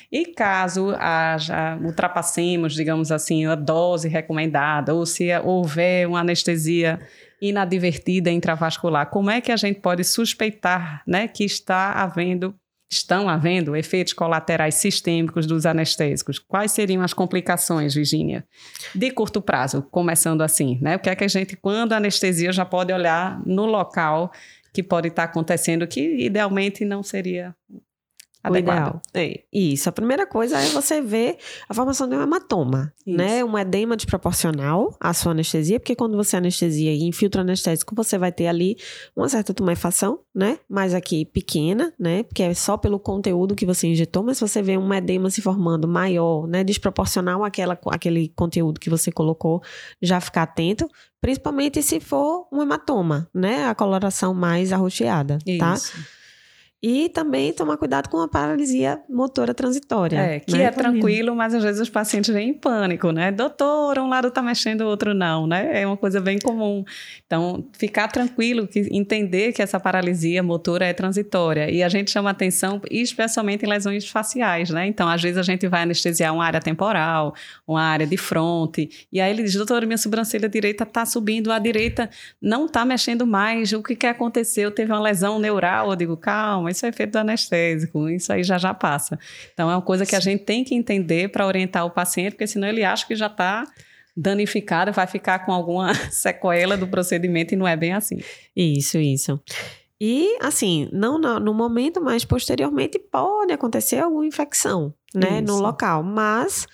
E caso já ultrapassemos, digamos assim, a dose recomendada, ou se houver uma anestesia inadvertida intravascular, como é que a gente pode suspeitar, né, que estão havendo efeitos colaterais sistêmicos dos anestésicos? Quais seriam as complicações, Virgínia? De curto prazo, começando assim, né? O que é que a gente, quando a anestesia, já pode olhar no local que pode estar acontecendo, que idealmente não seria adequado. Isso. A primeira coisa é você ver a formação de um hematoma, né? Um edema desproporcional à sua anestesia, porque quando você anestesia e infiltra anestésico, você vai ter ali uma certa tumefação, né? Mas aqui pequena, né? Porque é só pelo conteúdo que você injetou, mas se você vê um edema se formando maior, né? Desproporcional àquele conteúdo que você colocou, já ficar atento, principalmente se for um hematoma, né? A coloração mais arroxeada, tá? Isso. E também tomar cuidado com a paralisia motora transitória. Que é tranquilo, mas às vezes os pacientes vêm em pânico, né? Doutor, um lado está mexendo, o outro não, né? É uma coisa bem comum. Então, ficar tranquilo, entender que essa paralisia motora é transitória. E a gente chama atenção especialmente em lesões faciais, né? Então, às vezes a gente vai anestesiar uma área temporal, uma área de fronte, e aí ele diz, doutor, minha sobrancelha direita está subindo, a direita não está mexendo mais, o que aconteceu? Teve uma lesão neural? Eu digo, calma, isso é efeito do anestésico, isso aí já passa. Então, é uma coisa que a gente tem que entender para orientar o paciente, porque senão ele acha que já está danificado, vai ficar com alguma sequela do procedimento e não é bem assim. Isso. E, assim, não no momento, mas posteriormente pode acontecer alguma infecção, né, no local, mas...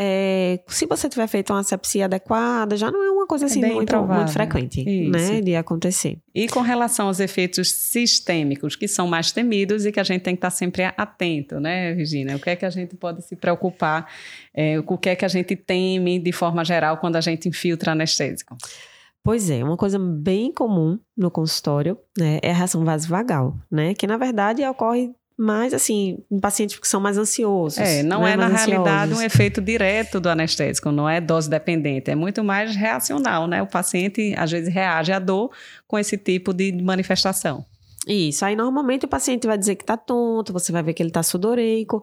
se você tiver feito uma asepsia adequada, já não é uma coisa assim muito frequente, né, de acontecer. E com relação aos efeitos sistêmicos, que são mais temidos e que a gente tem que estar sempre atento, né, Virgínia? O que é que a gente pode se preocupar? O que é que a gente teme de forma geral quando a gente infiltra anestésico? Pois é, uma coisa bem comum no consultório, né, é a reação vasovagal, né, que na verdade ocorre mais, assim, em pacientes que são mais ansiosos. Não é, na realidade, um efeito direto do anestésico, não é dose dependente, é muito mais reacional, né? O paciente, às vezes, reage à dor com esse tipo de manifestação. Isso, aí normalmente o paciente vai dizer que tá tonto, você vai ver que ele tá sudoreico,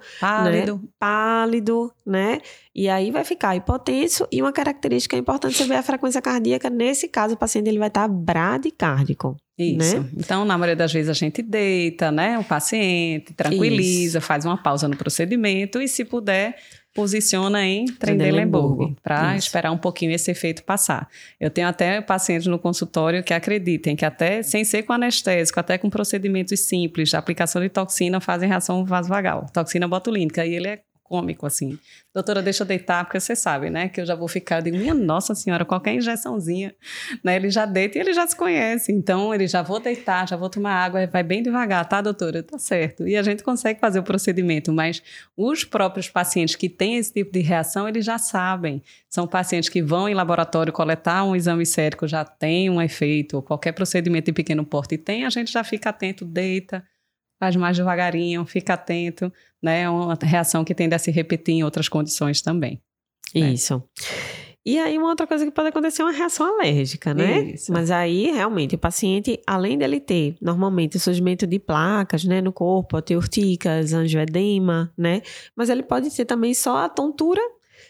pálido, né? E aí vai ficar hipotenso e uma característica importante, você vê a frequência cardíaca, nesse caso o paciente ele vai estar bradicárdico. Isso, né? Então na maioria das vezes a gente deita, né? O paciente tranquiliza, faz uma pausa no procedimento e se puder... posiciona em Trendelenburg, para esperar um pouquinho esse efeito passar. Eu tenho até pacientes no consultório que acreditem que até sem ser com anestésico, até com procedimentos simples, de aplicação de toxina, fazem reação vasovagal, toxina botulínica, e ele é cômico, assim. Doutora, deixa eu deitar, porque você sabe, né, que eu já vou ficar, eu digo, minha nossa senhora, qualquer injeçãozinha, né, ele já deita e ele já se conhece, então ele já vou deitar, já vou tomar água, vai bem devagar, tá, doutora? Tá certo. E a gente consegue fazer o procedimento, mas os próprios pacientes que têm esse tipo de reação, eles já sabem. São pacientes que vão em laboratório coletar um exame sérico, já tem um efeito, ou qualquer procedimento de pequeno porte tem, a gente já fica atento, deita, faz mais devagarinho, fica atento, né? É uma reação que tende a se repetir em outras condições também. Isso. Né? E aí uma outra coisa que pode acontecer é uma reação alérgica, né? Isso. Mas aí, realmente, o paciente, além dele ter, normalmente, o surgimento de placas, né, no corpo, pode ter urticas, angioedema, né? Mas ele pode ter também só a tontura,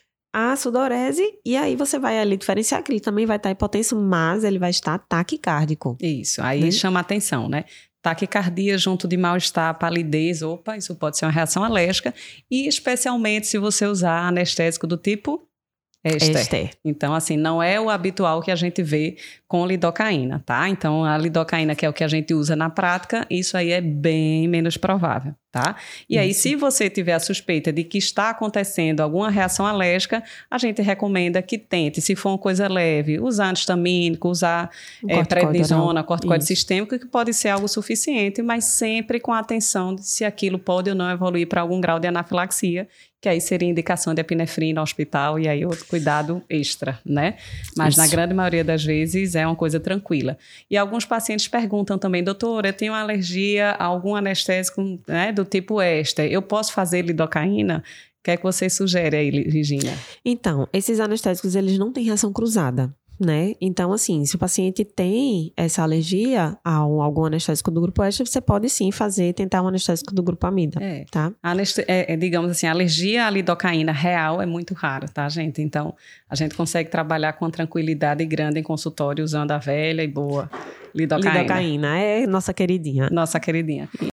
a sudorese, e aí você vai ali diferenciar que ele também vai estar hipotenso, mas ele vai estar taquicárdico. Isso, aí chama atenção, né? Taquicardia junto de mal-estar, palidez, isso pode ser uma reação alérgica, e especialmente se você usar anestésico do tipo éster. Então, assim, não é o habitual que a gente vê com lidocaína, tá? Então, a lidocaína, que é o que a gente usa na prática, isso aí é bem menos provável, tá? E aí, se você tiver a suspeita de que está acontecendo alguma reação alérgica, a gente recomenda que tente, se for uma coisa leve, usar antihistamínico, usar prednisona, corticoide sistêmico, que pode ser algo suficiente, mas sempre com atenção de se aquilo pode ou não evoluir para algum grau de anafilaxia, que aí seria indicação de epinefrina no hospital e aí outro cuidado extra, né? Mas na grande maioria das vezes é uma coisa tranquila. E alguns pacientes perguntam também, doutora, eu tenho uma alergia a algum anestésico, né, do tipo éster, eu posso fazer lidocaína? O que é que você sugere aí, Virgínia? Então, esses anestésicos, eles não têm reação cruzada, né? Então, assim, se o paciente tem essa alergia a algum anestésico do grupo ESTA, você pode sim tentar um anestésico do grupo AMIDA, tá? Digamos assim, a alergia à lidocaína real é muito raro, tá, gente? Então, a gente consegue trabalhar com tranquilidade grande em consultório usando a velha e boa lidocaína. Lidocaína é nossa queridinha. Nossa queridinha.